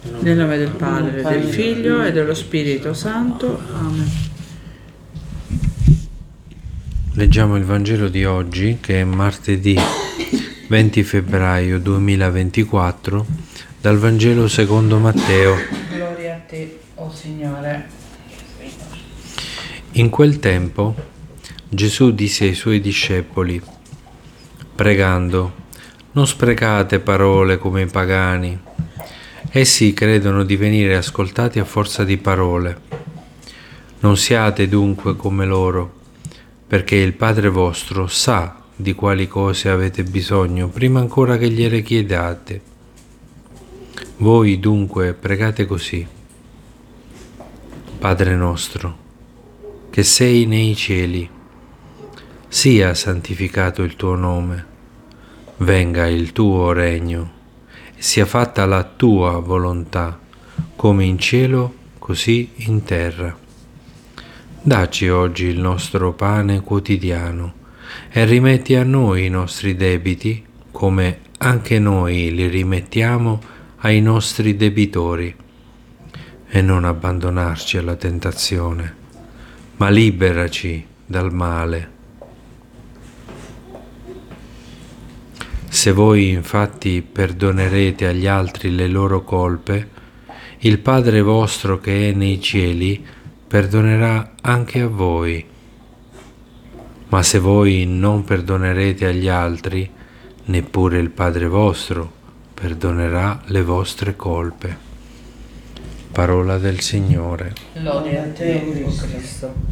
Nel nome del Padre, del Figlio e dello Spirito Santo. Amen. Leggiamo il Vangelo di oggi, che è martedì 20 febbraio 2024, dal Vangelo secondo Matteo. Gloria a te, o Signore. In quel tempo Gesù disse ai suoi discepoli, pregando: non sprecate parole come i pagani. Essi credono di venire ascoltati a forza di parole. Non siate dunque come loro, perché il Padre vostro sa di quali cose avete bisogno prima ancora che gliele chiediate. Voi dunque pregate così: Padre nostro, che sei nei cieli, sia santificato il tuo nome, venga il tuo regno, e sia fatta la tua volontà, come in cielo, così in terra. Dacci oggi il nostro pane quotidiano e rimetti a noi i nostri debiti, come anche noi li rimettiamo ai nostri debitori. E non abbandonarci alla tentazione, ma liberaci dal male. Se voi infatti perdonerete agli altri le loro colpe, il Padre vostro che è nei cieli perdonerà anche a voi. Ma se voi non perdonerete agli altri, neppure il Padre vostro perdonerà le vostre colpe. Parola del Signore. Gloria a te, o Cristo.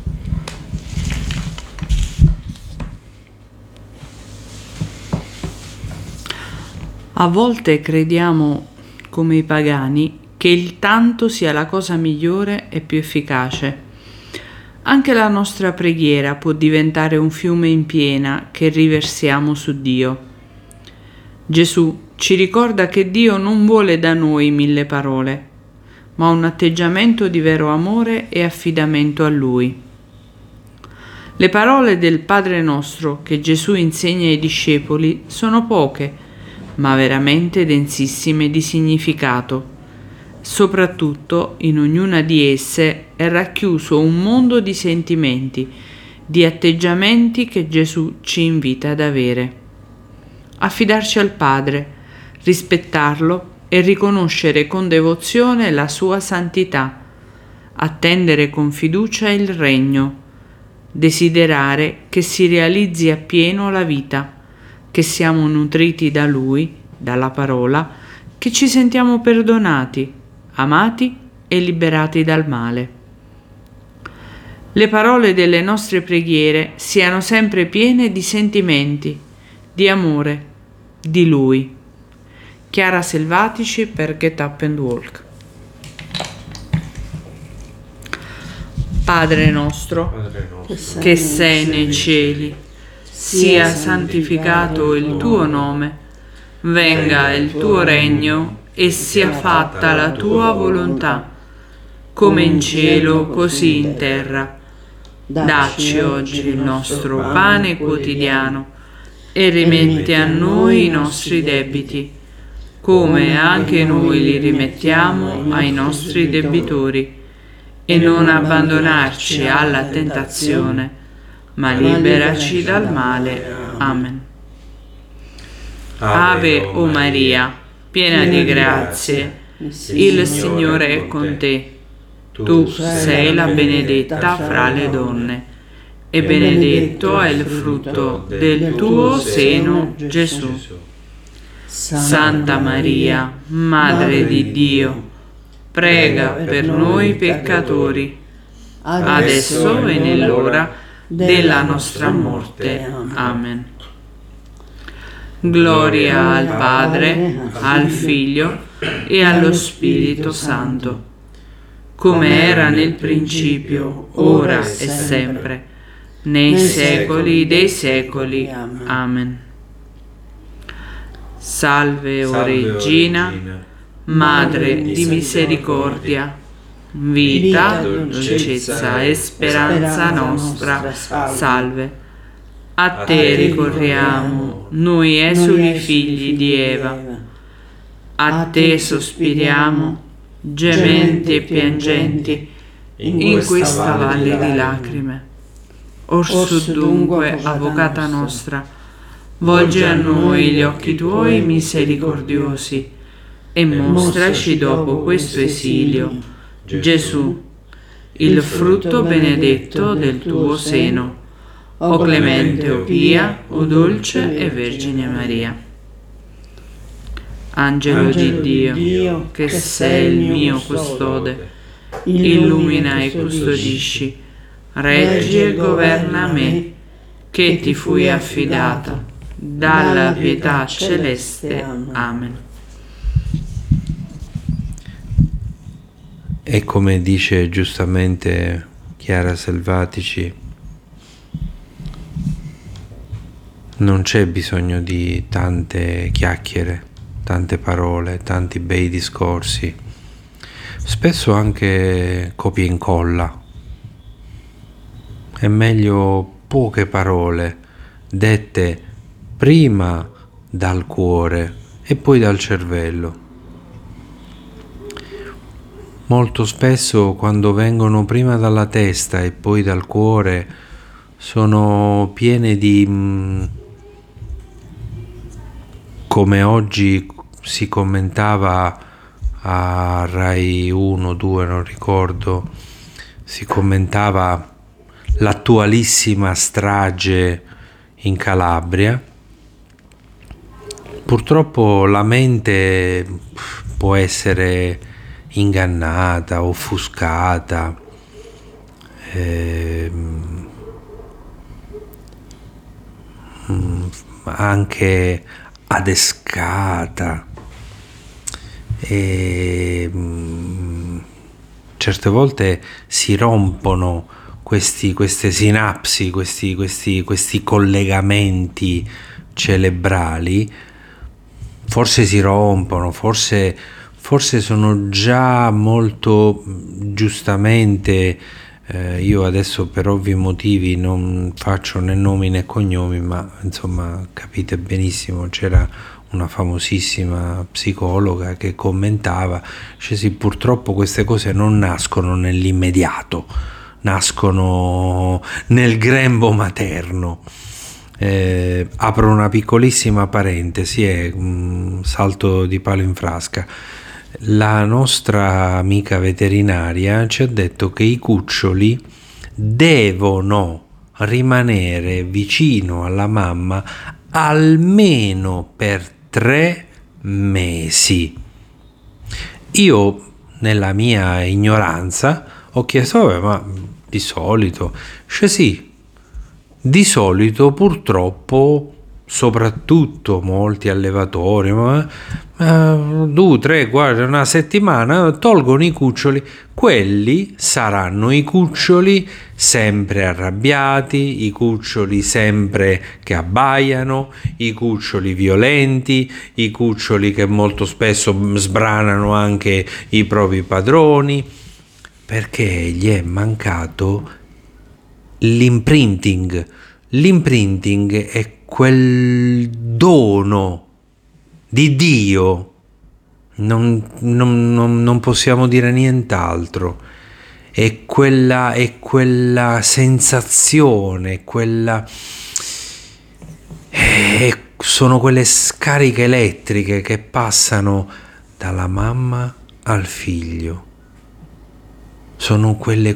A volte crediamo, come i pagani, che il tanto sia la cosa migliore e più efficace. Anche la nostra preghiera può diventare un fiume in piena che riversiamo su Dio. Gesù ci ricorda che Dio non vuole da noi 1000 parole, ma un atteggiamento di vero amore e affidamento a Lui. Le parole del Padre nostro che Gesù insegna ai discepoli sono poche, ma veramente densissime di significato. Soprattutto in ognuna di esse è racchiuso un mondo di sentimenti, di atteggiamenti che Gesù ci invita ad avere. Affidarci al Padre, rispettarlo e riconoscere con devozione la sua santità, attendere con fiducia il regno, desiderare che si realizzi appieno la vita, che siamo nutriti da Lui, dalla parola, che ci sentiamo perdonati, amati e liberati dal male. Le parole delle nostre preghiere siano sempre piene di sentimenti, di amore, di Lui. Chiara Selvatici per Get Up and Walk. Padre nostro, che sei nei cieli, sia santificato il tuo nome, venga il tuo regno e sia fatta la tua volontà, come in cielo così in terra. Dacci oggi il nostro pane quotidiano e rimetti a noi i nostri debiti, come anche noi li rimettiamo ai nostri debitori, e non abbandonarci alla tentazione, ma liberaci dal male. Amen. Ave o Maria, piena di grazie, il Signore è con te. Tu sei la benedetta fra le donne, e benedetto è il frutto del tuo seno, Gesù. Santa Maria, Madre di Dio, prega per noi peccatori, adesso e nell'ora della nostra morte. Amen. Gloria al Padre, al Figlio e allo Spirito Santo, come era nel principio, ora e sempre, nei secoli dei secoli. Amen. Salve, o Regina, Madre di misericordia, vita, dolcezza e speranza nostra, salve. A te ricorriamo, noi esuli figli di Eva. A te sospiriamo, gementi e piangenti, in questa valle di lacrime. Orsù dunque, Avvocata nostra, volgi a noi gli occhi tuoi misericordiosi e mostraci dopo questo esilio, Gesù, il frutto benedetto del tuo seno, o clemente, o pia, o dolce e Vergine Maria. Angelo di Dio, che sei il mio custode, illumina e custodisci, reggi e governa me, che ti fui affidata, dalla pietà celeste. Amen. E come dice giustamente Chiara Selvatici, non c'è bisogno di tante chiacchiere, tante parole, tanti bei discorsi, spesso anche copia e incolla. È meglio poche parole dette prima dal cuore e poi dal cervello. Molto spesso quando vengono prima dalla testa e poi dal cuore sono piene di, come oggi si commentava a Rai 1, 2, non ricordo, si commentava l'attualissima strage in Calabria. Purtroppo la mente può essere ingannata, offuscata, anche adescata, e certe volte si rompono queste sinapsi, questi collegamenti cerebrali. Forse si rompono, forse sono già molto giustamente, io adesso per ovvi motivi non faccio né nomi né cognomi, ma insomma capite benissimo, c'era una famosissima psicologa che commentava, cioè sì, purtroppo queste cose non nascono nell'immediato, nascono nel grembo materno. Apro una piccolissima parentesi, è un salto di palo in frasca. La nostra amica veterinaria ci ha detto che i cuccioli devono rimanere vicino alla mamma almeno per 3 mesi. Io, nella mia ignoranza, ho chiesto, ma di solito? Cioè sì, di solito purtroppo, soprattutto molti allevatori, 2, 3, 4, una settimana tolgono i cuccioli. Quelli saranno i cuccioli sempre arrabbiati, i cuccioli sempre che abbaiano, i cuccioli violenti, i cuccioli che molto spesso sbranano anche i propri padroni, perché gli è mancato l'imprinting. L'imprinting è quel dono di Dio, non possiamo dire nient'altro, è quella sensazione, sono quelle scariche elettriche che passano dalla mamma al figlio, sono quelle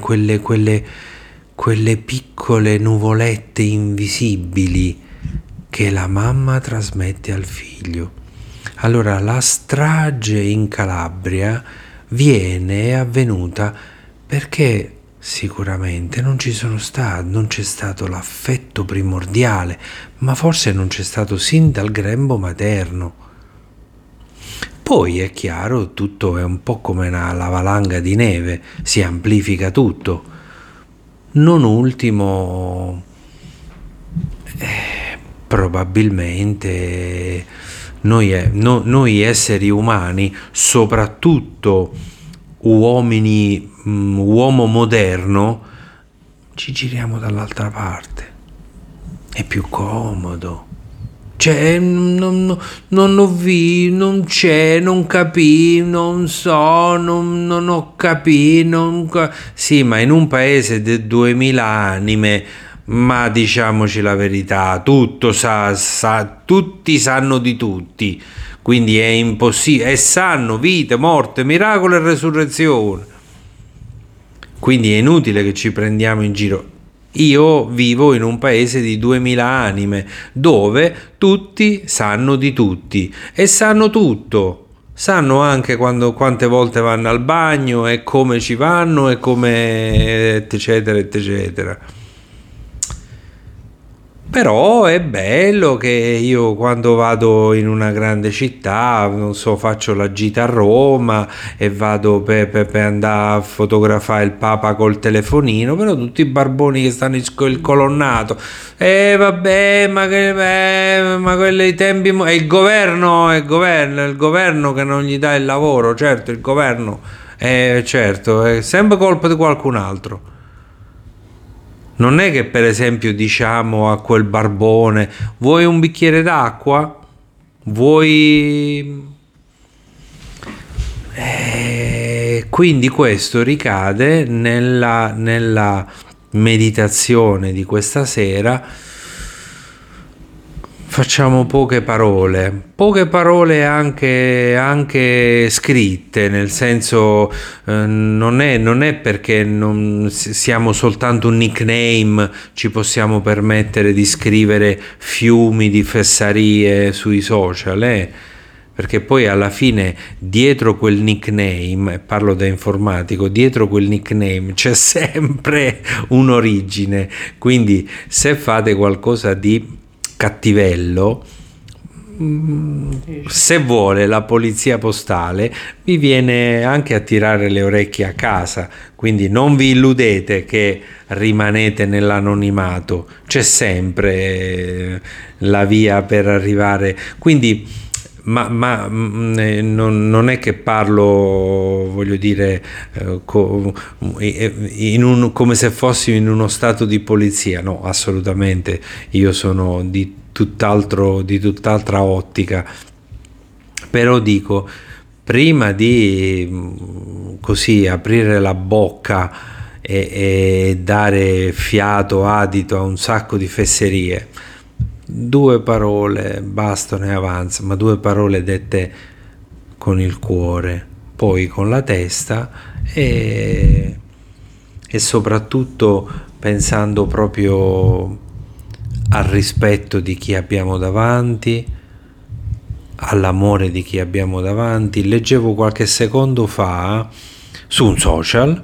piccole nuvolette invisibili che la mamma trasmette al figlio. Allora la strage in Calabria è avvenuta perché sicuramente non c'è stato l'affetto primordiale, ma forse non c'è stato sin dal grembo materno. Poi è chiaro, tutto è un po' come la valanga di neve, si amplifica tutto. Non ultimo, probabilmente noi esseri umani, soprattutto uomo moderno, ci giriamo dall'altra parte. È più comodo, Cioè, non ho visto, non c'è, non capì, non so, non ho capito. Sì, ma in un paese di 2000 anime, ma diciamoci la verità, tutto tutti sanno di tutti, quindi è impossibile, e sanno vita, morte, miracolo e resurrezione. Quindi è inutile che ci prendiamo in giro. Io vivo in un paese di 2000 anime dove tutti sanno di tutti e sanno tutto. Sanno anche quante volte vanno al bagno e come ci vanno e come eccetera eccetera. Però è bello che io quando vado in una grande città, non so, faccio la gita a Roma e vado per andare a fotografare il Papa col telefonino, però tutti i barboni che stanno il colonnato, vabbè, ma quelli i tempi, è il governo che non gli dà il lavoro, certo, il governo, certo, è sempre colpa di qualcun altro. Non è che per esempio diciamo a quel barbone: vuoi un bicchiere d'acqua? Vuoi... quindi questo ricade nella meditazione di questa sera. Facciamo poche parole anche scritte, nel senso non è perché non siamo soltanto un nickname, ci possiamo permettere di scrivere fiumi di fessarie sui social, perché poi alla fine dietro quel nickname, parlo da informatico, dietro quel nickname c'è sempre un'origine, quindi se fate qualcosa di cattivello, se vuole la polizia postale vi viene anche a tirare le orecchie a casa, quindi non vi illudete che rimanete nell'anonimato, c'è sempre la via per arrivare, quindi non è che parlo, voglio dire, come se fossi in uno stato di polizia, no, assolutamente, io sono di tutt'altra ottica, però dico, prima di così aprire la bocca e dare fiato, adito a un sacco di fesserie, 2 parole bastano e avanza, ma 2 parole dette con il cuore, poi con la testa e soprattutto pensando proprio al rispetto di chi abbiamo davanti, all'amore di chi abbiamo davanti. Leggevo qualche secondo fa su un social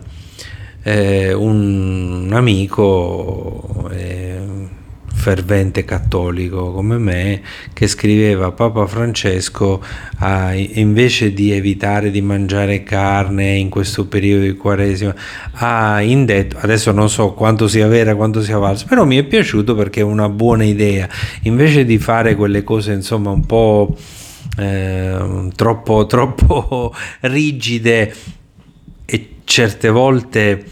un amico fervente cattolico come me che scriveva: Papa Francesco invece di evitare di mangiare carne in questo periodo di Quaresima ha indetto, adesso non so quanto sia vera, quanto sia falso, però mi è piaciuto perché è una buona idea, invece di fare quelle cose insomma un po' troppo rigide e certe volte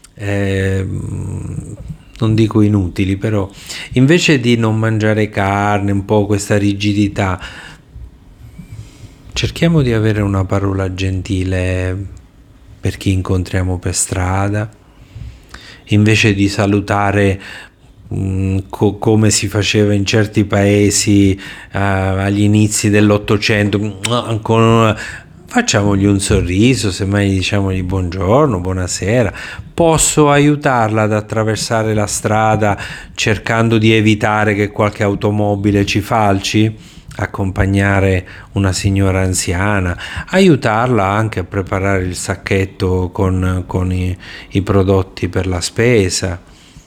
non dico inutili, però invece di non mangiare carne, un po' questa rigidità, cerchiamo di avere una parola gentile per chi incontriamo per strada, invece di salutare come si faceva in certi paesi agli inizi dell'Ottocento, facciamogli un sorriso, semmai diciamogli buongiorno, buonasera. Posso aiutarla ad attraversare la strada cercando di evitare che qualche automobile ci falci? Accompagnare una signora anziana, aiutarla anche a preparare il sacchetto con i prodotti per la spesa,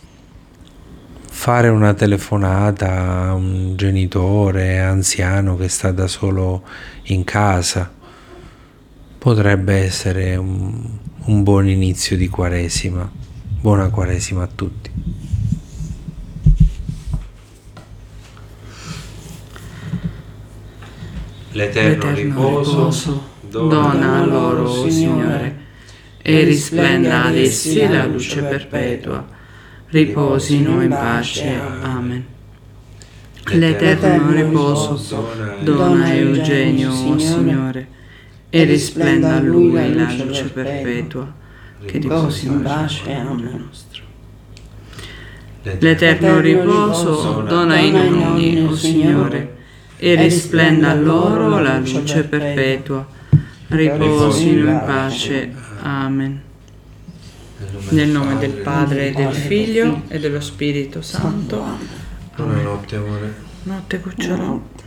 fare una telefonata a un genitore anziano che sta da solo in casa. Potrebbe essere un buon inizio di Quaresima. Buona Quaresima a tutti. L'eterno riposo dona loro, Signore, e risplenda ad essi la luce perpetua. Riposino in pace. Amen. L'eterno riposo dona a Eugenio, o Signore, e risplenda a lui la luce perpetua, che riposi in pace. Amen. L'eterno riposo dona ai nonni, o Signore, e risplenda a loro la luce perpetua. Riposino in pace. Amen. Nel nome del Padre, e del Figlio, e dello Spirito Santo. Buonanotte, amore. Notte, cucciolo.